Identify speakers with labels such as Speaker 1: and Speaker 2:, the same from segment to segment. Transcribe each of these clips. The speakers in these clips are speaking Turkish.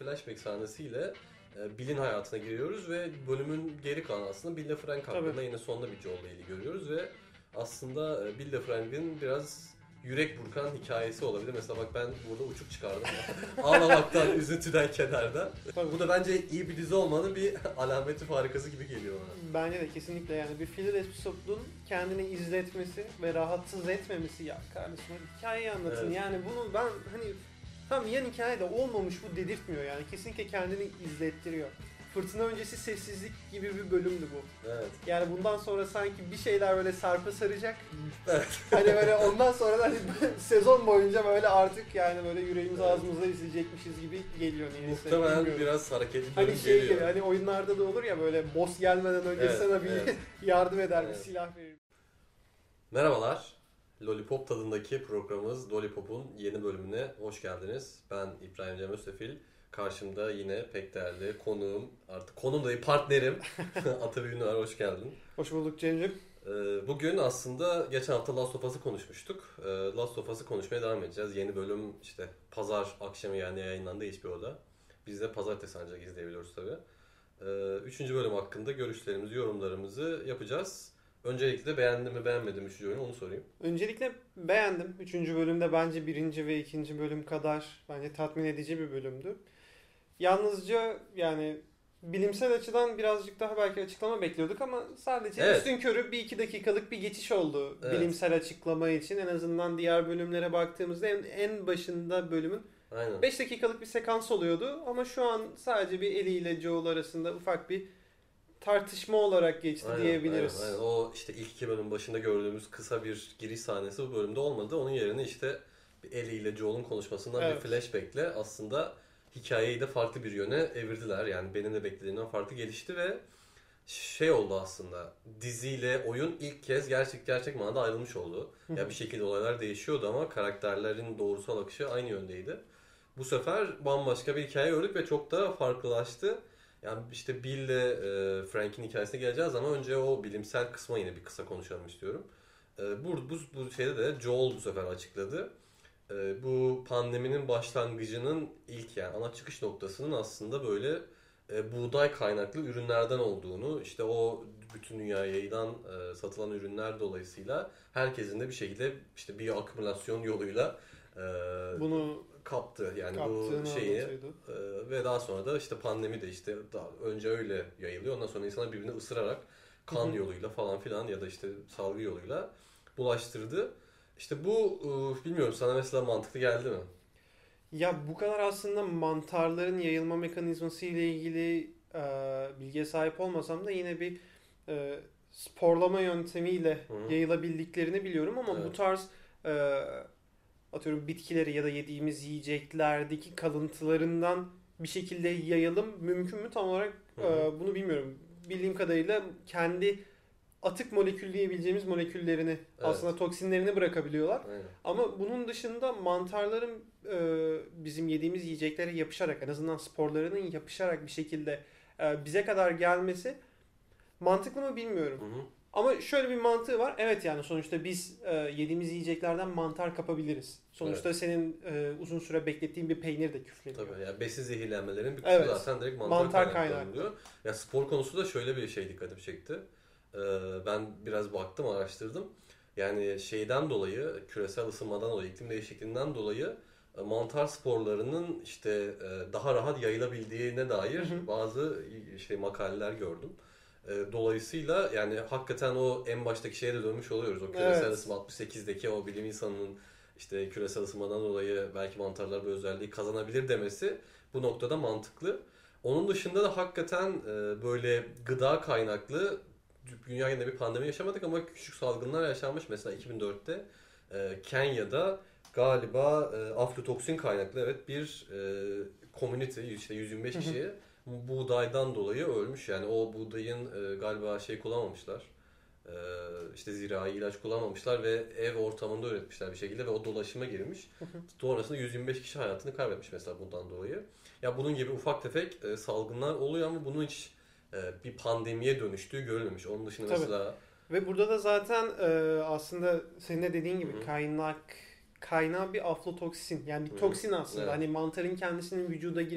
Speaker 1: flashback sahnesiyle Bill'in hayatına giriyoruz ve bölümün geri kalanı aslında Bill ile Frank hakkında yine sonunda bir Joel'la ilgili görüyoruz ve aslında Bill ile Frank'in biraz yürek burkan hikayesi olabilir. Mesela bak ben burada uçuk çıkardım. Ağlamaktan, üzüntüden, kederden. Bu da bence iyi bir dizi olmanın bir alameti farikası gibi geliyor bana.
Speaker 2: Bence de kesinlikle yani bir filler episode'un kendini izletmesi ve rahatsız etmemesi ya kardeşim hikayeyi anlatın.
Speaker 1: Evet.
Speaker 2: Yani bunu ben hani tam yan hikayede olmamış bu dedirtmiyor yani kesinlikle kendini izlettiriyor. Fırtına öncesi sessizlik gibi bir bölümdü bu.
Speaker 1: Evet.
Speaker 2: Yani bundan sonra sanki bir şeyler böyle sarpa saracak.
Speaker 1: Evet.
Speaker 2: Hani böyle ondan sonra da hani sezon boyunca böyle artık yani böyle yüreğimizi ağzımızda izleyecekmişiz gibi geliyor niyeyse.
Speaker 1: Muhtemelen biraz hareketli bölüm
Speaker 2: hani şey
Speaker 1: geliyor.
Speaker 2: gibi hani oyunlarda da olur ya böyle boss gelmeden önce sana bir yardım eder, bir silah verir.
Speaker 1: Merhabalar. Lollipop tadındaki programımız Lollipop'un yeni bölümüne hoş geldiniz. Ben İbrahim Cem Öztefil. Karşımda yine pek değerli konuğum, artık konum değil partnerim Atabey Ünlüer, hoş geldin.
Speaker 2: Hoş bulduk Cem'ciğim.
Speaker 1: Bugün aslında geçen hafta Last of Us'ı konuşmuştuk. Last of Us'ı konuşmaya devam edeceğiz. Yeni bölüm işte pazar akşamı yani yayınlandı HBO'da. Biz de pazartesi ancak izleyebiliyoruz tabii. Üçüncü bölüm hakkında görüşlerimizi, yorumlarımızı yapacağız. Öncelikle beğendim mi beğenmedim 3. bölümü onu sorayım.
Speaker 2: Öncelikle beğendim. 3. bölümde bence 1. ve 2. bölüm kadar bence tatmin edici bir bölümdü. Yalnızca yani bilimsel açıdan birazcık daha belki açıklama bekliyorduk ama sadece üstünkörü 1-2 dakikalık bir geçiş oldu bilimsel açıklama için. En azından diğer bölümlere baktığımızda en başında bölümün 5 dakikalık bir sekans oluyordu ama şu an sadece bir Ellie ile Joel arasında ufak bir tartışma olarak geçti diyebiliriz.
Speaker 1: Aynen. O işte ilk 2 bölüm başında gördüğümüz kısa bir giriş sahnesi bu bölümde olmadı. Onun yerine işte Ellie ile Joel'un konuşmasından bir flashback'le aslında hikayeyi de farklı bir yöne evirdiler. Yani benim de beklediğimden farklı gelişti ve şey oldu aslında. Diziyle oyun ilk kez gerçek manada ayrılmış oldu. Ya bir şekilde olaylar değişiyordu ama karakterlerin doğrusal akışı aynı yöndeydi. Bu sefer bambaşka bir hikaye gördük ve çok da farklılaştı. Yani işte Bill ile Frank'in hikayesine geleceğiz ama önce o bilimsel kısma yine bir kısa konuşalım istiyorum. Bu şeyde de Joel bu sefer açıkladı. Bu pandeminin başlangıcının ilk yani ana çıkış noktasının aslında böyle buğday kaynaklı ürünlerden olduğunu, işte o bütün dünyaya yayılan satılan ürünler dolayısıyla herkesin de bir şekilde işte bir akümülasyon yoluyla bunu kaptı yani bu şeyi ve daha sonra da işte pandemi de işte önce öyle yayılıyor, ondan sonra insanlar birbirini ısırarak kan yoluyla falan filan ya da işte salgı yoluyla bulaştırdı. İşte bu bilmiyorum sana mesela mantıklı geldi mi?
Speaker 2: Ya bu kadar aslında mantarların yayılma mekanizması ile ilgili bilgiye sahip olmasam da yine bir sporlama yöntemiyle yayılabildiklerini biliyorum ama bu tarz atıyorum bitkileri ya da yediğimiz yiyeceklerdeki kalıntılarından bir şekilde yayılım mümkün mü tam olarak bunu bilmiyorum. Bildiğim kadarıyla kendi atık molekül diyebileceğimiz moleküllerini aslında toksinlerini bırakabiliyorlar.
Speaker 1: Aynen.
Speaker 2: Ama bunun dışında mantarların bizim yediğimiz yiyeceklere yapışarak en azından sporlarının yapışarak bir şekilde bize kadar gelmesi mantıklı mı bilmiyorum. Ama şöyle bir mantığı var. Evet yani sonuçta biz yediğimiz yiyeceklerden mantar kapabiliriz. Sonuçta senin uzun süre beklettiğin bir peynir de küfleniyor.
Speaker 1: Tabii yani besin zehirlenmelerin bir kısmı zaten direkt mantar kaynaklı. Ya spor konusu da şöyle bir şey dikkatimi çekti. Ben biraz baktım, araştırdım. Yani şeyden dolayı, küresel ısınmadan dolayı, iklim değişikliğinden dolayı mantar sporlarının işte daha rahat yayılabildiğine dair bazı işte makaleler gördüm. Dolayısıyla yani hakikaten o en baştaki şeye de dönmüş oluyoruz. O küresel ısınma 68'deki o bilim insanının işte küresel ısınmadan dolayı belki mantarlar bu özelliği kazanabilir demesi bu noktada mantıklı. Onun dışında da hakikaten böyle gıda kaynaklı dünyada bir pandemi yaşamadık ama küçük salgınlar yaşanmış. Mesela 2004'te Kenya'da galiba aflatoksin kaynaklı bir community işte 125 kişi buğdaydan dolayı ölmüş. Yani o buğdayın galiba kullanmamışlar. İşte zirai ilaç kullanmamışlar ve ev ortamında üretmişler bir şekilde ve o dolaşıma girmiş. Sonrasında 125 kişi hayatını kaybetmiş mesela bundan dolayı. Ya bunun gibi ufak tefek salgınlar oluyor ama bunun hiç bir pandemiye dönüştüğü görülmemiş. Onun dışında mesela...
Speaker 2: Ve burada da zaten aslında senin de dediğin gibi kaynağı bir aflatoksin. Yani bir toksin aslında. Hani mantarın kendisinin vücuda girip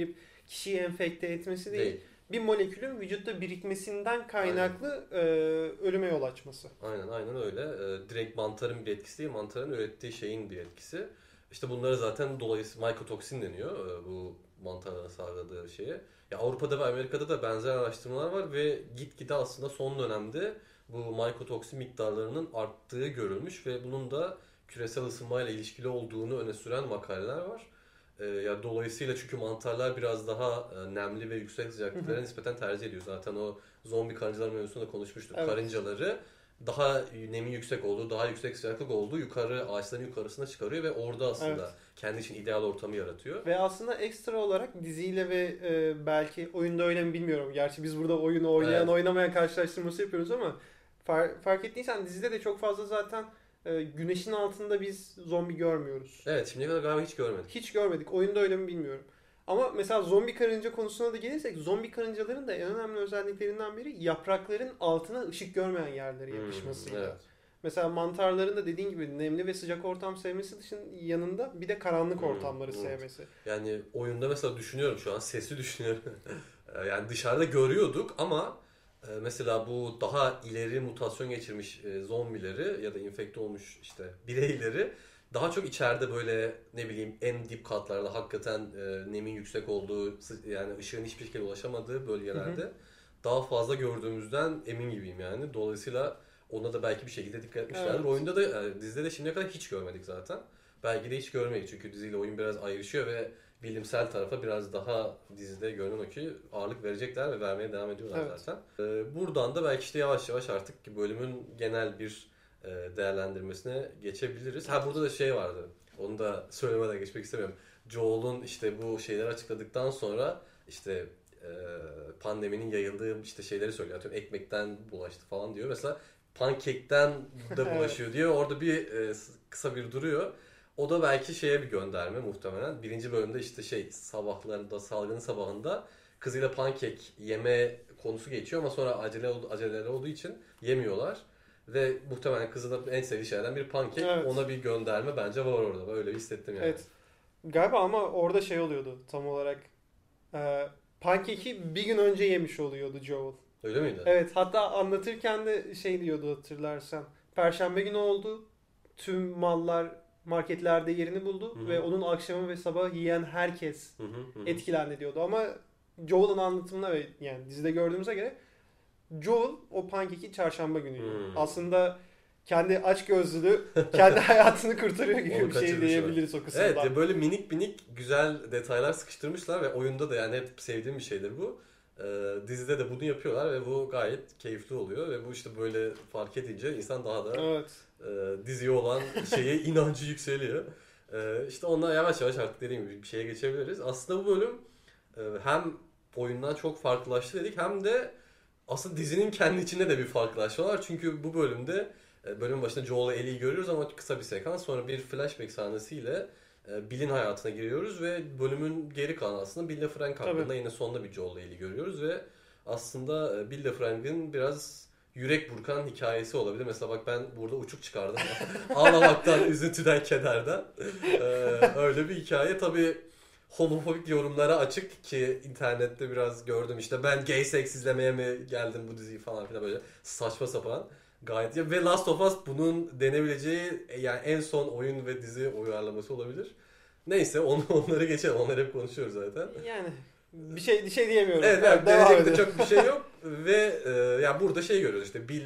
Speaker 2: kişiyi enfekte etmesi değil. Bir molekülün vücutta birikmesinden kaynaklı ölüme yol açması.
Speaker 1: Aynen öyle. Direkt mantarın bir etkisi değil, mantarın ürettiği şeyin bir etkisi. İşte bunlara zaten dolayısıyla mycotoksin deniyor bu mantarların sağladığı şeye. Ya Avrupa'da ve Amerika'da da benzer araştırmalar var ve gitgide aslında son dönemde bu mycotoksin miktarlarının arttığı görülmüş ve bunun da küresel ısınmayla ilişkili olduğunu öne süren makaleler var. Ya dolayısıyla çünkü mantarlar biraz daha nemli ve yüksek sıcaklıklara nispeten tercih ediyor. Zaten o zombi karıncalar mevzusunda konuşmuştuk. Evet. Karıncaları daha nemin yüksek olduğu, daha yüksek sıcaklık olduğu ağaçların yukarısına çıkarıyor ve orada aslında kendi için ideal ortamı yaratıyor.
Speaker 2: Ve aslında ekstra olarak diziyle ve belki oyunda öyle mi bilmiyorum. Gerçi biz burada oyunu oynayan oynamayan karşılaştırması yapıyoruz ama fark ettiysen dizide de çok fazla zaten güneşin altında biz zombi görmüyoruz.
Speaker 1: Evet, şimdiye kadar galiba hiç görmedik.
Speaker 2: Hiç görmedik. Oyunda öyle mi bilmiyorum. Ama mesela zombi karınca konusuna da gelirsek zombi karıncaların da en önemli özelliklerinden biri yaprakların altına ışık görmeyen yerlere yapışmasıyla. Evet. Mesela mantarların da dediğin gibi nemli ve sıcak ortam sevmesi yanında bir de karanlık ortamları sevmesi.
Speaker 1: Yani oyunda mesela düşünüyorum şu an sesi düşünüyorum. Yani dışarıda görüyorduk ama mesela bu daha ileri mutasyon geçirmiş zombileri ya da infekte olmuş işte bireyleri daha çok içeride böyle ne bileyim en dip katlarda hakikaten nemin yüksek olduğu yani ışığın hiçbir şekilde ulaşamadığı bölgelerde daha fazla gördüğümüzden emin gibiyim yani. Dolayısıyla ona da belki bir şekilde dikkat etmişlerdir. Evet. Oyunda da dizide de şimdiye kadar hiç görmedik zaten. Belki de hiç görmedik çünkü diziyle oyun biraz ayrışıyor ve bilimsel tarafa biraz daha dizide görünen o ki ağırlık verecekler ve vermeye devam ediyorlar zaten. Buradan da belki işte yavaş yavaş artık bölümün genel bir değerlendirmesine geçebiliriz. Burada da şey vardı. Onu da söylemeden geçmek istemiyorum. Joel'un işte bu şeyleri açıkladıktan sonra işte pandeminin yayıldığı işte şeyleri söylüyor. Atıyorum ekmekten bulaştı falan diyor. Mesela pankekten de bulaşıyor diyor. Orada bir kısa bir duruyor. O da belki şeye bir gönderme muhtemelen. Birinci bölümde işte sabahlarında, salgının sabahında kızıyla pankek yeme konusu geçiyor ama sonra aceleleri olduğu için yemiyorlar. Ve muhtemelen kızının en sevdiği şeylerden bir pankek. Evet. Ona bir gönderme bence var orada. Öyle bir hissettim yani. Evet.
Speaker 2: Galiba ama orada şey oluyordu tam olarak. Pankeki bir gün önce yemiş oluyordu Joel.
Speaker 1: Öyle miydi?
Speaker 2: Evet. Hatta anlatırken de şey diyordu hatırlarsan. Perşembe günü oldu. Tüm mallar marketlerde yerini buldu. Hı-hı. Ve onun akşamı ve sabahı yiyen herkes etkilendi diyordu. Ama Joel'ın anlatımına ve yani dizide gördüğümüze göre Joel o pankeki çarşamba günü yiyor. Aslında kendi açgözlülüğü kendi hayatını kurtarıyor gibi bir şey diyebiliriz o kısımda.
Speaker 1: Evet, böyle minik güzel detaylar sıkıştırmışlar ve oyunda da yani hep sevdiğim bir şeydir bu. Dizide de bunu yapıyorlar ve bu gayet keyifli oluyor ve bu işte böyle fark edince insan daha da diziye olan inancı yükseliyor. İşte ondan yavaş yavaş artık dediğim gibi bir şeye geçebiliriz. Aslında bu bölüm hem oyundan çok farklılaştı dedik hem de aslında dizinin kendi içinde de bir farklılaşma var. Çünkü bu bölümde bölümün başında Joel'la Ellie'yi görüyoruz ama kısa bir sekans. Sonra bir flashback sahnesiyle Bill'in hayatına giriyoruz ve bölümün geri kalanı aslında Bill ile Frank hakkında yine sonunda bir Joel'la Ellie'yi görüyoruz ve aslında Bill ile Frank'in biraz yürek burkan hikayesi olabilir. Mesela bak ben burada uçuk çıkardım. Ağlamaktan, üzüntüden, kederden. Öyle bir hikaye. Tabii homofobik yorumlara açık ki internette biraz gördüm işte ben gay seks izlemeye mi geldim bu diziyi falan filan böyle saçma sapan gayet ve Last of Us bunun denebileceği yani en son oyun ve dizi uyarlaması olabilir. Neyse onları geçelim. Onları hep konuşuyoruz zaten.
Speaker 2: Yani bir şey diyemiyorum.
Speaker 1: Evet, yani gelecekte çok bir şey yok ve yani burada şey görüyoruz işte Bill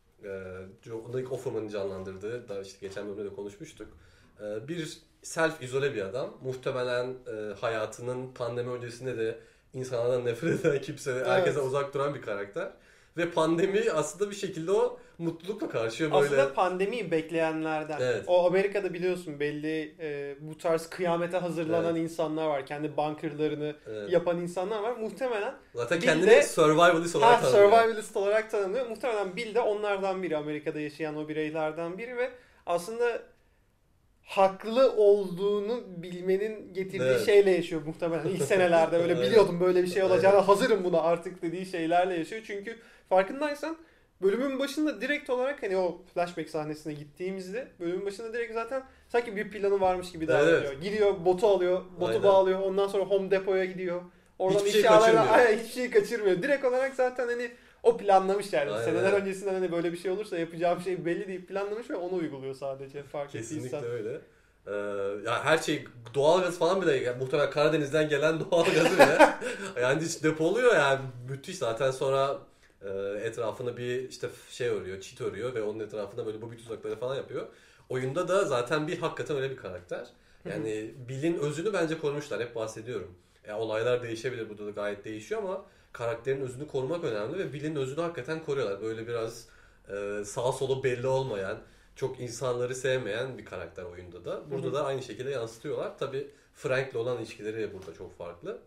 Speaker 1: Nick Offerman'ın canlandırdığı daha işte geçen bölümde de konuşmuştuk. Bir self-izole bir adam. Muhtemelen hayatının pandemi öncesinde de insanlardan nefret eden kimse, herkese uzak duran bir karakter. Ve pandemi aslında bir şekilde o mutlulukla karşıyor böyle.
Speaker 2: Aslında pandemiyi bekleyenlerden. Evet. O Amerika'da biliyorsun belli bu tarz kıyamete hazırlanan insanlar var. Kendi bunkerlarını yapan insanlar var. Muhtemelen
Speaker 1: zaten kendini survivalist olarak tanımlıyor.
Speaker 2: Survivalist olarak tanımlıyor. Muhtemelen Bill de onlardan biri. Amerika'da yaşayan o bireylerden biri ve aslında haklı olduğunu bilmenin getirdiği şeyle yaşıyor muhtemelen ilk senelerde. Öyle biliyordum böyle bir şey olacağını, hazırım buna artık dediği şeylerle yaşıyor. Çünkü farkındaysan bölümün başında direkt olarak hani o flashback sahnesine gittiğimizde bölümün başında direkt zaten sanki bir planı varmış gibi davranıyor. Gidiyor, botu alıyor, botu bağlıyor. Ondan sonra Home Depot'a gidiyor. Oradan hiçbir şey kaçırmıyor. Hiçbir şey kaçırmıyor. Direkt olarak zaten hani o planlamış yani. Aynen. Seneler öncesinden hani böyle bir şey olursa yapacağım şey belli deyip planlamış ve onu uyguluyor sadece, fark ettiysen.
Speaker 1: Kesinlikle öyle. Ya her şey, doğalgaz falan bile yani muhtemelen Karadeniz'den gelen doğalgazı bile yani hiç depoluyor yani, müthiş. Zaten sonra etrafına bir işte şey örüyor, çit örüyor ve onun etrafında böyle bu tuzakları falan yapıyor. Oyunda da zaten hakikaten öyle bir karakter. Yani Bill'in özünü bence korumuşlar, hep bahsediyorum. Olaylar değişebilir, burada da gayet değişiyor ama karakterin özünü korumak önemli ve Bill'in özünü hakikaten koruyorlar. Böyle biraz sağa solu belli olmayan, çok insanları sevmeyen bir karakter oyunda da. Burada da aynı şekilde yansıtıyorlar. Tabii Frank'le olan ilişkileri burada çok farklı.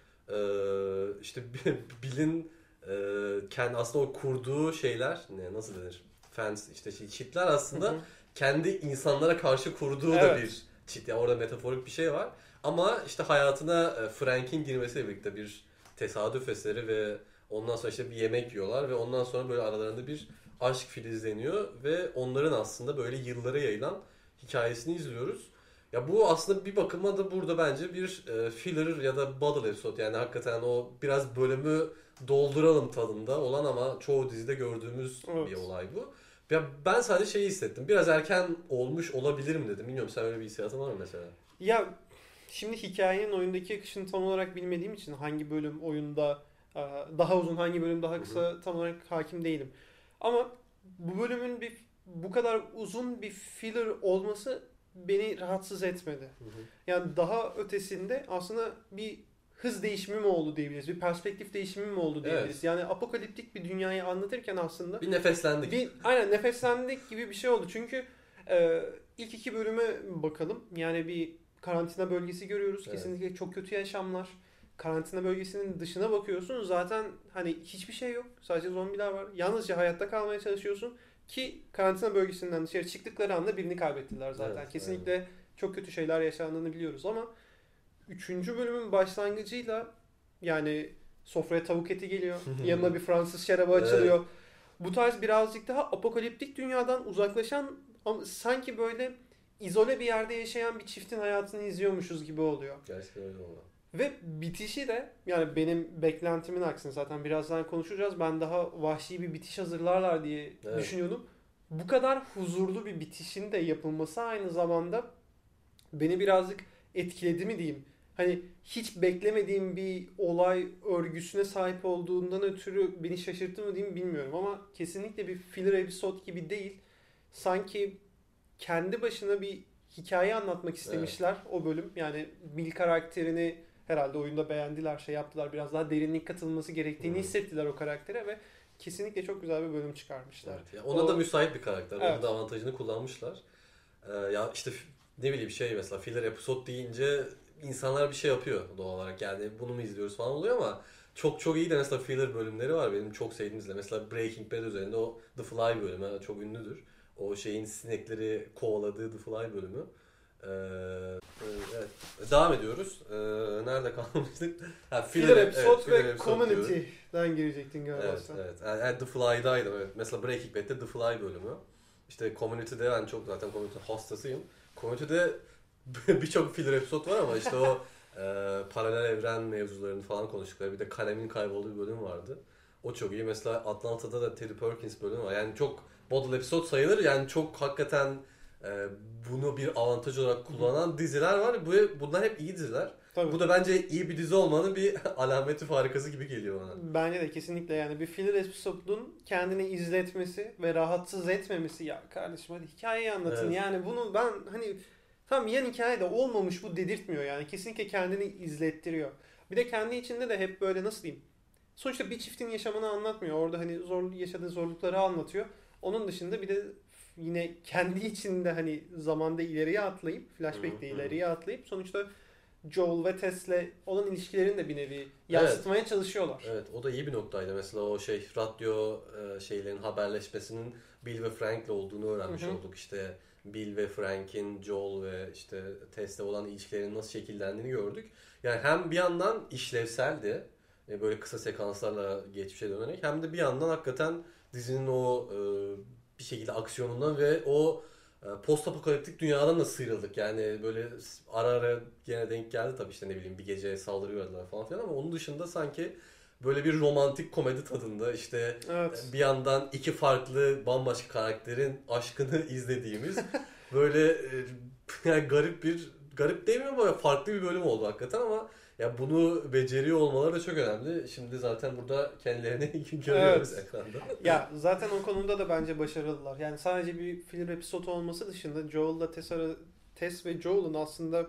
Speaker 1: İşte Bill'in kendi aslında o kurduğu şeyler, nasıl denir? Fans, işte çitler aslında kendi insanlara karşı kurduğu da bir çit. Yani orada metaforik bir şey var. Ama işte hayatına Frank'in girmesiyle birlikte bir tesadüf eseri ve ondan sonra işte bir yemek yiyorlar ve ondan sonra böyle aralarında bir aşk filizleniyor ve onların aslında böyle yıllara yayılan hikayesini izliyoruz. Ya bu aslında bir bakıma da burada bence bir filler ya da bottle episode, yani hakikaten o biraz bölümü dolduralım tadında olan ama çoğu dizide gördüğümüz bir olay bu. Ya ben sadece şeyi hissettim. Biraz erken olmuş olabilir mi dedim. Bilmiyorum, sen öyle bir hissiyatın var mı mesela?
Speaker 2: Ya şimdi hikayenin oyundaki akışını tam olarak bilmediğim için hangi bölüm oyunda daha uzun, hangi bölüm daha kısa tam olarak hakim değilim. Ama bu bölümün bu kadar uzun bir filler olması beni rahatsız etmedi. Yani daha ötesinde aslında bir hız değişimi mi oldu diyebiliriz. Bir perspektif değişimi mi oldu diyebiliriz. Evet. Yani apokaliptik bir dünyayı anlatırken aslında
Speaker 1: bir nefeslendik.
Speaker 2: Aynen, nefeslendik gibi bir şey oldu. Çünkü ilk 2 bölüme bakalım. Yani bir karantina bölgesi görüyoruz. Evet. Kesinlikle çok kötü yaşamlar. Karantina bölgesinin dışına bakıyorsun. Zaten hani hiçbir şey yok. Sadece zombiler var. Yalnızca hayatta kalmaya çalışıyorsun. Ki karantina bölgesinden dışarı çıktıkları anda birini kaybettiler zaten. Evet, kesinlikle çok kötü şeyler yaşandığını biliyoruz ama 3. bölümün başlangıcıyla yani sofraya tavuk eti geliyor. Yanına bir Fransız şarabı açılıyor. Evet. Bu tarz birazcık daha apokaliptik dünyadan uzaklaşan ama sanki böyle izole bir yerde yaşayan bir çiftin hayatını izliyormuşuz gibi oluyor.
Speaker 1: Gerçekten öyle oldu.
Speaker 2: Ve bitişi de yani benim beklentimin aksine, zaten birazdan konuşacağız. Ben daha vahşi bir bitiş hazırlarlar diye düşünüyordum. Bu kadar huzurlu bir bitişin de yapılması aynı zamanda beni birazcık etkiledi mi diyeyim. Hani hiç beklemediğim bir olay örgüsüne sahip olduğundan ötürü beni şaşırttı mı diyeyim bilmiyorum ama kesinlikle bir filler episode gibi değil. Sanki kendi başına bir hikaye anlatmak istemişler o bölüm. Yani Bill karakterini herhalde oyunda beğendiler, şey yaptılar. Biraz daha derinlik katılması gerektiğini hissettiler o karaktere ve kesinlikle çok güzel bir bölüm çıkarmışlar.
Speaker 1: Evet, yani ona da müsait bir karakter. Evet. Onun da avantajını kullanmışlar. Ya işte ne bileyim şey, mesela filler episode deyince insanlar bir şey yapıyor doğal olarak. Yani bunu mu izliyoruz falan oluyor ama çok çok iyi de mesela filler bölümleri var benim çok sevdiğimizde. Mesela Breaking Bad üzerinde o The Fly bölümü çok ünlüdür. O şeyin sinekleri kovaladığı The Fly bölümü. Evet. Devam ediyoruz. Nerede kalmıştık?
Speaker 2: Filler episode ve Community'den girecektin galiba.
Speaker 1: Evet, evet. Yani The Fly'daydım. Evet. Mesela Breaking Bad'de The Fly bölümü. İşte Community'de ben çok zaten Community hastasıyım. Community'de birçok filler episode var ama işte o paralel evren mevzularını falan konuştukları, bir de kalemin kaybolduğu bir bölüm vardı. O çok iyi. Mesela Atlanta'da da Teddy Perkins bölümü var. Yani çok bottle episode sayılır. Yani çok hakikaten bunu bir avantaj olarak kullanan diziler var. Bunlar hep iyi diziler. Tabii. Bu da bence iyi bir dizi olmanın bir alameti farikası gibi geliyor bana.
Speaker 2: Bence de kesinlikle, yani bir filler episode'un kendini izletmesi ve rahatsız etmemesi, ya kardeşim hadi hikayeyi anlatın. Evet. Yani bunu ben hani tam yan hikaye de olmamış bu dedirtmiyor yani. Kesinlikle kendini izlettiriyor. Bir de kendi içinde de hep böyle, nasıl diyeyim? Sonuçta bir çiftin yaşamını anlatmıyor. Orada hani yaşadığı zorlukları anlatıyor. Onun dışında bir de yine kendi içinde hani zamanda ileriye atlayıp, flashback'te ileriye atlayıp sonuçta Joel ve Tess'le olan ilişkilerini de bir nevi yansıtmaya çalışıyorlar.
Speaker 1: Evet, o da iyi bir noktaydı. Mesela o radyo şeylerin haberleşmesinin Bill ve Frank'le olduğunu öğrenmiş olduk. İşte Bill ve Frank'in Joel ve işte Tess'le olan ilişkilerinin nasıl şekillendiğini gördük. Yani hem bir yandan işlevseldi, böyle kısa sekanslarla geçmişe dönerek, hem de bir yandan hakikaten dizinin o bir şekilde aksiyonundan ve o post apokaliptik dünyadan da sıyrıldık. Yani böyle ara ara gene denk geldi tabii işte ne bileyim bir gece saldırıyorlar falan filan ama onun dışında sanki böyle bir romantik komedi tadında işte
Speaker 2: evet.
Speaker 1: Bir yandan iki farklı bambaşka karakterin aşkını izlediğimiz böyle yani garip değil mi ama farklı bir bölüm oldu hakikaten ama ya bunu beceriyor olmaları da çok önemli. Şimdi zaten burada kendilerini görüyoruz evet. Ekranda.
Speaker 2: Ya zaten o konuda da bence başarılılar. Yani sadece bir filler episode olması dışında Joel'la Tess ve Joel'ın aslında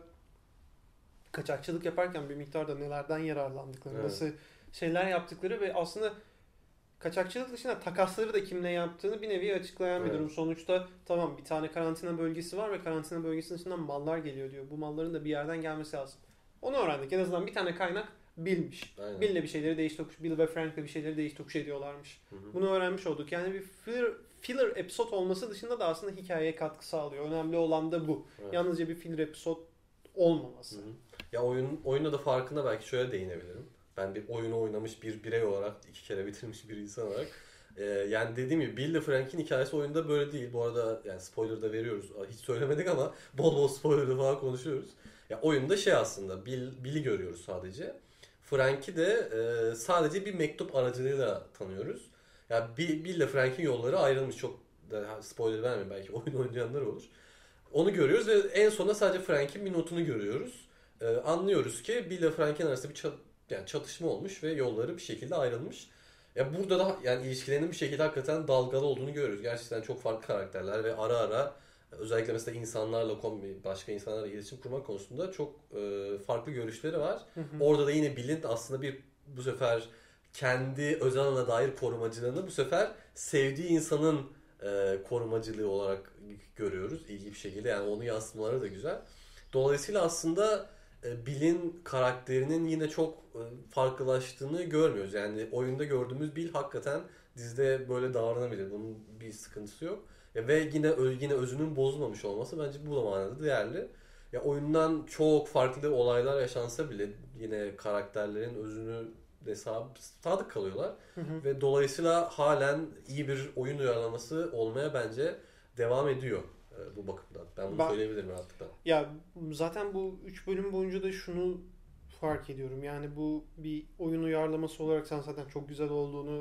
Speaker 2: kaçakçılık yaparken bir miktarda nelerden yararlandıkları, evet. Nasıl şeyler yaptıkları ve aslında kaçakçılık dışında takasları da kimle yaptığını bir nevi açıklayan bir durum. Sonuçta tamam bir tane karantina bölgesi var ve karantina bölgesinin dışından mallar geliyor diyor. Bu malların da bir yerden gelmesi lazım. Onu öğrendik. En azından bir tane kaynak Bill'miş. Bill'le bir şeyleri Bill ve Frank'le bir şeyleri değiş tokuş ediyorlarmış. Bunu öğrenmiş olduk. Yani bir filler episode olması dışında da aslında hikayeye katkı sağlıyor. Önemli olan da bu. Evet. Yalnızca bir filler episode olmaması.
Speaker 1: Ya oyunda da farkında belki şöyle değinebilirim. Ben bir oyunu oynamış bir birey olarak, 2 kere bitirmiş bir insan olarak. Yani dediğim gibi Bill ile Frank'in hikayesi oyunda böyle değil. Bu arada yani spoiler da veriyoruz. Hiç söylemedik ama bol spoiler'ı falan konuşuyoruz. Ya oyunda şey aslında Bill'i görüyoruz sadece. Frank'i de sadece bir mektup aracılığıyla tanıyoruz. Ya Bill ile Frank'in yolları ayrılmış. Çok da spoiler vermeyeyim belki oyun oynayanlar olur. Onu görüyoruz ve en sonunda sadece Frank'in bir notunu görüyoruz. Anlıyoruz ki Bill ile Frank'in arasında bir çatışma olmuş ve yolları bir şekilde ayrılmış. Ya burada da yani ilişkilerinin bir şekilde hakikaten dalgalı olduğunu görüyoruz. Gerçekten çok farklı karakterler ve ara ara özellikle mesela insanlarla başka insanlarla iletişim kurmak konusunda çok farklı görüşleri var. Orada da yine Bill'in aslında bu sefer kendi özel alana dair korumacılığını bu sefer sevdiği insanın korumacılığı olarak görüyoruz ilginç bir şekilde. Yani onu yansıtmaları da güzel. Dolayısıyla aslında Bill'in karakterinin yine çok farklılaştığını görmüyoruz. Yani oyunda gördüğümüz Bill hakikaten dizide böyle davranabilir. Bunun bir sıkıntısı yok. Ve yine özünün bozulmamış olması bence bu da manada değerli. Ya oyundan çok farklı olaylar yaşansa bile yine karakterlerin özünü de sadık kalıyorlar. Ve dolayısıyla halen iyi bir oyun uyarlaması olmaya bence devam ediyor. Bu bakımdan. Ben bunu söyleyebilirim rahatlıkla.
Speaker 2: Ya zaten bu 3 bölüm boyunca da şunu fark ediyorum. Yani bu bir oyun uyarlaması olarak sen zaten çok güzel olduğunu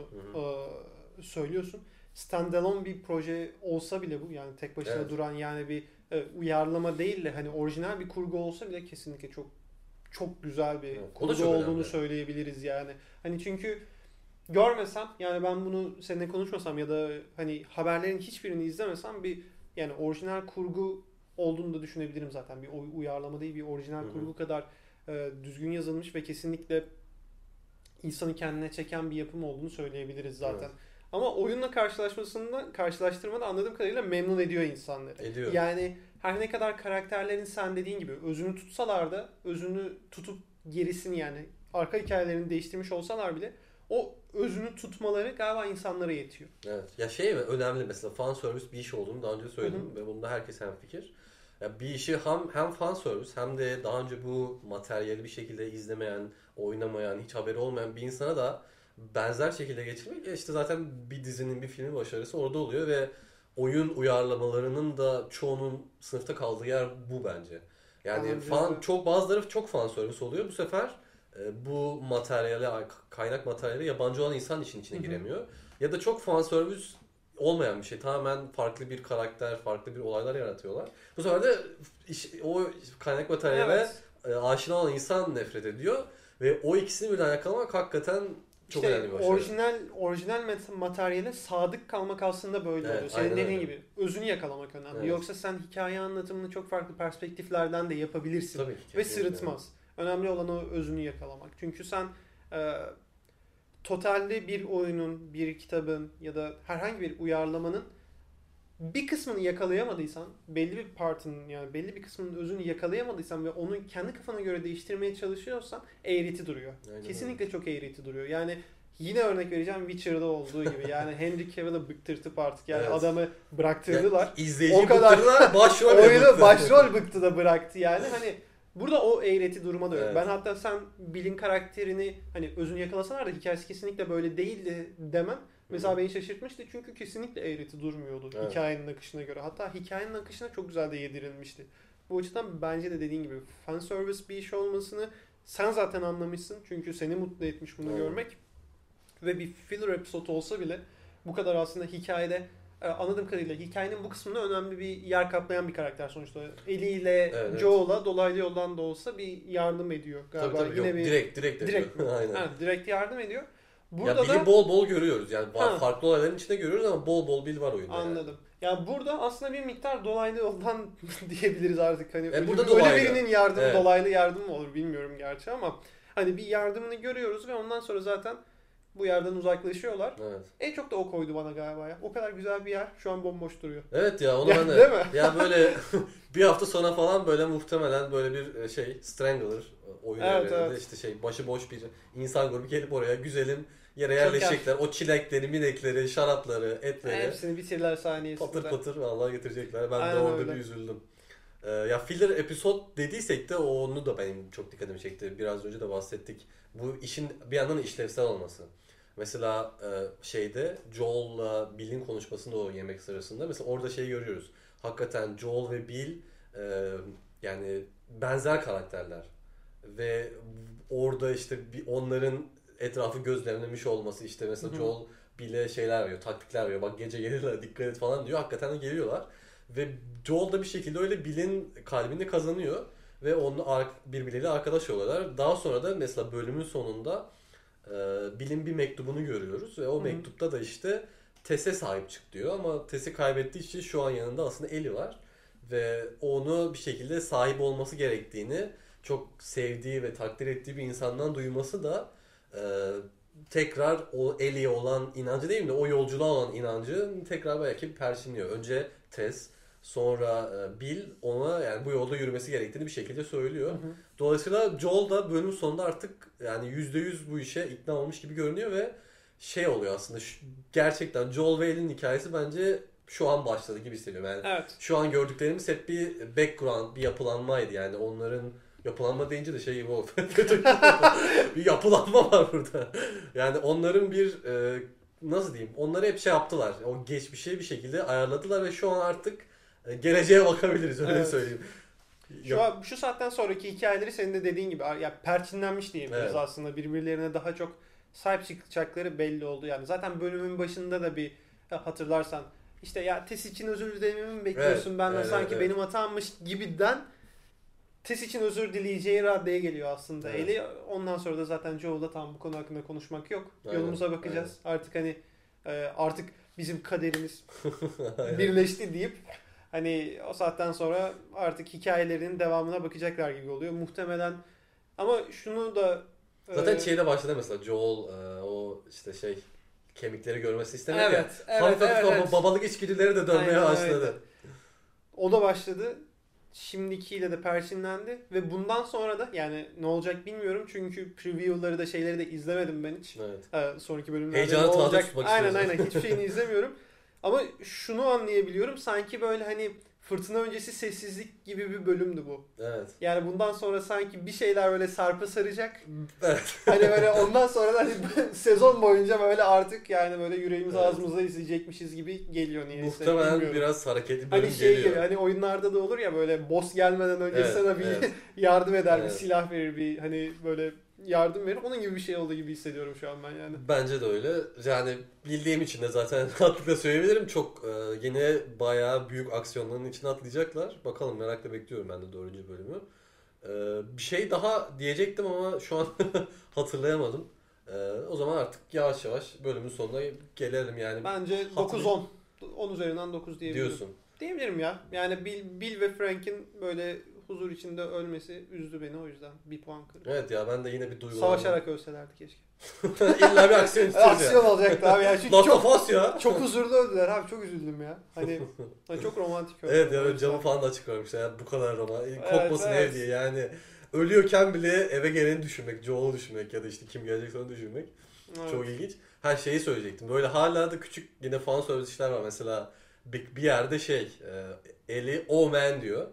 Speaker 2: söylüyorsun. Standalone bir proje olsa bile bu yani tek başına duran yani bir uyarlama değil de hani orijinal bir kurgu olsa bile kesinlikle çok güzel bir kurgu olduğunu söyleyebiliriz yani. Hani çünkü görmesem yani ben bunu seninle konuşmasam ya da hani haberlerin hiçbirini izlemesem bir yani orijinal kurgu olduğunu da düşünebilirim zaten. Bir uyarlama değil bir orijinal kurgu kadar düzgün yazılmış ve kesinlikle insanı kendine çeken bir yapım olduğunu söyleyebiliriz zaten. Evet. Ama oyunla karşılaştırmada anladığım kadarıyla memnun ediyor insanları.
Speaker 1: Ediyor.
Speaker 2: Yani her ne kadar karakterlerin sen dediğin gibi özünü tutsalar da özünü tutup gerisini yani arka hikayelerini değiştirmiş olsalar bile o özünü tutmaları galiba insanlara yetiyor.
Speaker 1: Evet. Ya önemli mesela fan service bir iş olduğunu daha önce söyledim ve bunda herkes hemfikir. Ya bir işi hem fan service hem de daha önce bu materyali bir şekilde izlemeyen, oynamayan, hiç haberi olmayan bir insana da benzer şekilde geçirmek işte zaten bir dizinin bir filmin başarısı orada oluyor ve oyun uyarlamalarının da çoğunun sınıfta kaldığı yer bu bence. Yani bazıları çok fan service oluyor. Bu sefer bu kaynak materyali yabancı olan insan işin içine giremiyor. Ya da çok fan service olmayan bir şey. Tamamen farklı bir karakter, farklı bir olaylar yaratıyorlar. Bu sefer de o kaynak materyale aşina olan insan nefret ediyor ve o ikisini birden yakalamak hakikaten çok önemli bir başarı.
Speaker 2: Orijinal materyale sadık kalmak aslında böyle oluyor. Senin dediğin gibi özünü yakalamak önemli. Evet. Yoksa sen hikaye anlatımını çok farklı perspektiflerden de yapabilirsin.
Speaker 1: Tabii ki,
Speaker 2: ve sırıtmaz. Önemli olan o özünü yakalamak. Çünkü sen totalde bir oyunun, bir kitabın ya da herhangi bir uyarlamanın bir kısmını yakalayamadıysan, belli bir kısmının özünü yakalayamadıysan ve onu kendi kafana göre değiştirmeye çalışıyorsan eğreti duruyor. Aynen. Kesinlikle çok eğreti duruyor. Yani yine örnek vereceğim Witcher'da olduğu gibi. Yani Henry Cavill'ı bıktırtıp artık yani adamı bıraktırdılar.
Speaker 1: İzleyici bıktırdılar,
Speaker 2: başrol bıktı da bıraktı yani. Hani Burada o eğreti duruma da yok. Evet. Ben hatta sen Bill'in karakterini hani özünü yakalasalar da hikayesi kesinlikle böyle değildi demem. Mesela beni şaşırtmıştı çünkü kesinlikle eğreti durmuyordu hikayenin akışına göre. Hatta hikayenin akışına çok güzel de yedirilmişti. Bu açıdan bence de dediğin gibi fan service bir iş olmasını sen zaten anlamışsın. Çünkü seni mutlu etmiş bunu görmek. Ve bir filler episode olsa bile bu kadar aslında hikayede anladığım kadarıyla hikayenin bu kısmında önemli bir yer kaplayan bir karakter sonuçta. Eliyle Joel'a dolaylı yoldan da olsa bir yardım ediyor galiba.
Speaker 1: Tabii, yine
Speaker 2: direkt
Speaker 1: Aynen.
Speaker 2: Ha, direkt yardım ediyor.
Speaker 1: Burada ya Bill'i bol bol görüyoruz. Yani farklı olayların içinde görüyoruz ama bol bol Bill var oyunda.
Speaker 2: Anladım. Yani burada aslında bir miktar dolaylı yoldan diyebiliriz artık. Hani
Speaker 1: burada dolaylı.
Speaker 2: Öyle birinin yardımı dolaylı yardım mı olur bilmiyorum gerçi ama hani bir yardımını görüyoruz ve ondan sonra zaten bu yerden uzaklaşıyorlar.
Speaker 1: Evet.
Speaker 2: En çok da o koydu bana galiba ya. O kadar güzel bir yer şu an bomboş duruyor.
Speaker 1: Evet ya onu ben de.
Speaker 2: Değil mi?
Speaker 1: Ya böyle bir hafta sonra falan böyle muhtemelen böyle bir Strangler oyun evreninde işte başıboş bir insan grubu gelip oraya güzelim yere yerleşecekler. O çilekleri, minekleri, şarapları, etleri.
Speaker 2: Hepsini bitirler saniyesinde.
Speaker 1: Patır patır vallahi getirecekler. Ben de orada bir üzüldüm. Ya filler episode dediysek de onu da benim çok dikkatimi çekti. Biraz önce de bahsettik. Bu işin bir yandan işlevsel olması. Mesela Joel'la Bill'in konuşmasında o yemek sırasında mesela orada görüyoruz. Hakikaten Joel ve Bill yani benzer karakterler. Ve orada işte onların etrafı gözlemlemiş olması işte mesela Joel Bill'e şeyler veriyor, taktikler veriyor. Bak gece gelirler dikkat et falan diyor. Hakikaten de geliyorlar. Ve Joel da bir şekilde öyle Bill'in kalbini kazanıyor. Ve onunla birbirleriyle arkadaş oluyorlar. Daha sonra da mesela bölümün sonunda Bill'in bir mektubunu görüyoruz. Ve o mektupta da işte Tess'e sahip çık diyor. Ama Tess'i kaybettiği için şu an yanında aslında Ellie var. Ve onu bir şekilde sahip olması gerektiğini çok sevdiği ve takdir ettiği bir insandan duyması da tekrar o Ellie'ye olan inancı değil mi de o yolculuğa olan inancı tekrar belki perçinliyor. Önce Tess, sonra Bill ona yani bu yolda yürümesi gerektiğini bir şekilde söylüyor. Dolayısıyla Joel da bölüm sonunda artık yani %100 bu işe ikna olmuş gibi görünüyor ve oluyor aslında gerçekten Joel ve Ellie'nin hikayesi bence şu an başladı gibi hissediyorum. Yani şu an gördüklerimiz hep bir background, bir yapılanmaydı yani onların yapılanma deyince de gibi oldu. Bir yapılanma var burada. Yani onların bir nasıl diyeyim? Onları hep yaptılar. O geçmişi bir şekilde ayarladılar ve şu an artık geleceğe bakabiliriz öyle söyleyeyim.
Speaker 2: Şu saatten sonraki hikayeleri senin de dediğin gibi perçinlenmiş diyebiliriz aslında. Birbirlerine daha çok sahip çıkacakları belli oldu. Yani zaten bölümün başında da bir hatırlarsan işte ya Tess için özür dilememi mi bekliyorsun benden sanki benim hatammış gibiden Tess için özür dileyeceği raddeye geliyor aslında. Ellie ondan sonra da zaten Joel'da tam bu konu hakkında konuşmak yok. Yolumuza bakacağız. Artık hani artık bizim kaderimiz birleşti deyip hani o saatten sonra artık hikayelerinin devamına bakacaklar gibi oluyor. Muhtemelen ama şunu da
Speaker 1: zaten başladı mesela Joel o işte kemikleri görmesi istemedi ya.
Speaker 2: Evet.
Speaker 1: Babalık içgüdüleri de dönmeye başladı.
Speaker 2: O da başladı. Şimdikiyle de perçinlendi ve bundan sonra da yani ne olacak bilmiyorum çünkü preview'ları da şeyleri de izlemedim ben hiç. Sonraki bölümlerde
Speaker 1: heyecanı
Speaker 2: ne olacak?
Speaker 1: Aynen
Speaker 2: hiçbir şeyini izlemiyorum. Ama şunu anlayabiliyorum sanki böyle hani fırtına öncesi sessizlik gibi bir bölümdü bu.
Speaker 1: Evet.
Speaker 2: Yani bundan sonra sanki bir şeyler böyle sarpa saracak.
Speaker 1: Evet.
Speaker 2: Hani böyle ondan sonra da hani sezon boyunca böyle artık yani böyle yüreğimiz ağzımıza izleyecekmişiz gibi geliyor niyeyse.
Speaker 1: Muhtemelen biraz hareketli bölüm
Speaker 2: hani
Speaker 1: geliyor.
Speaker 2: Gibi, hani oyunlarda da olur ya böyle boss gelmeden önce sana bir yardım eder, bir silah verir, bir hani böyle yardım verir. Onun gibi bir şey olduğu gibi hissediyorum şu an ben yani.
Speaker 1: Bence de öyle. Yani bildiğim için de zaten rahatlıkla söyleyebilirim. Çok yine bayağı büyük aksiyonların içine atlayacaklar. Bakalım merakla bekliyorum ben de 4. bölümü. Bir şey daha diyecektim ama şu an hatırlayamadım. O zaman artık yavaş yavaş bölümün sonuna gelelim yani.
Speaker 2: Bence 9-10. 10 üzerinden 9 diyebilirim.
Speaker 1: Diyorsun.
Speaker 2: Diyebilirim ya. Yani Bill ve Frank'in böyle huzur içinde ölmesi üzdü beni o yüzden. Bir puan kırdım.
Speaker 1: Evet ya ben de yine bir duygulandım.
Speaker 2: Savaşarak ölselerdi keşke.
Speaker 1: İlla bir aksiyon istiyoruz
Speaker 2: aksiyon olacaktı abi. Yani
Speaker 1: Last of Us ya.
Speaker 2: Çok huzurlu öldüler abi. Çok üzüldüm ya. Hani çok romantik öldüler.
Speaker 1: Evet ya camı falan da açık vermişler. Yani bu kadar romantik. Kopmasın ev diye yani. Ölüyorken bile eve geleni düşünmek, Joel'u düşünmek ya da işte kim gelecek onu düşünmek. Evet. Çok ilginç. Her şeyi söyleyecektim. Böyle hala da küçük yine fan service işler var. Mesela bir yerde Ellie oh man diyor.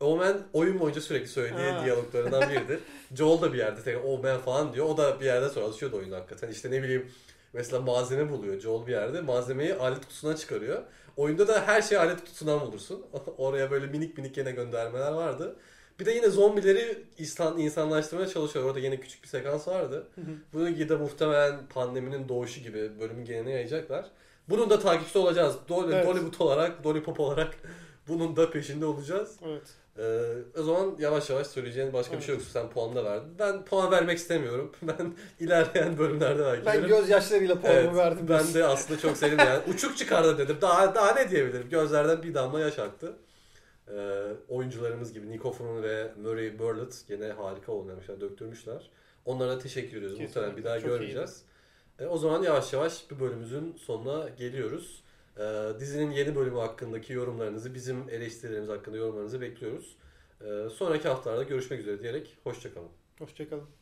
Speaker 1: Omen oyun boyunca sürekli söylediği diyaloglarından biridir. Joel da bir yerde tekrar Omen falan diyor. O da bir yerden sonra alışıyordu oyuna hakikaten. İşte ne bileyim mesela malzeme buluyor Joel bir yerde. Malzemeyi alet kutusundan çıkarıyor. Oyunda da her şeyi alet kutusundan bulursun. Oraya böyle minik minik yine göndermeler vardı. Bir de yine zombileri insanlaştırmaya çalışıyor. Orada yine küçük bir sekans vardı. Bunu da muhtemelen pandeminin doğuşu gibi bölümün geneline yayacaklar. Bunun da takipçisi olacağız. Dollywood olarak, Lollipop olarak bunun da peşinde olacağız.
Speaker 2: Evet.
Speaker 1: O zaman yavaş yavaş söyleyeceğin başka bir şey yoksa sen puan da verdin. Ben puan vermek istemiyorum. Ben ilerleyen bölümlerde belki
Speaker 2: Ben gözyaşlarıyla puanımı verdim.
Speaker 1: Ben de aslında çok sevdim yani. Uçuk çıkardı dedim. Daha ne diyebilirim? Gözlerden bir damla yaş aktı. Oyuncularımız gibi Nick Offerman ve Murray Burlett yine harika oynamışlar, döktürmüşler. Onlara da teşekkür ediyoruz. Muhtemelen bir daha görmeyeceğiz. O zaman yavaş yavaş bir bölümümüzün sonuna geliyoruz. Dizinin yeni bölümü hakkındaki yorumlarınızı, bizim eleştirilerimiz hakkında yorumlarınızı bekliyoruz. Sonraki haftalarda görüşmek üzere diyerek hoşça kalın.
Speaker 2: Hoşça kalın.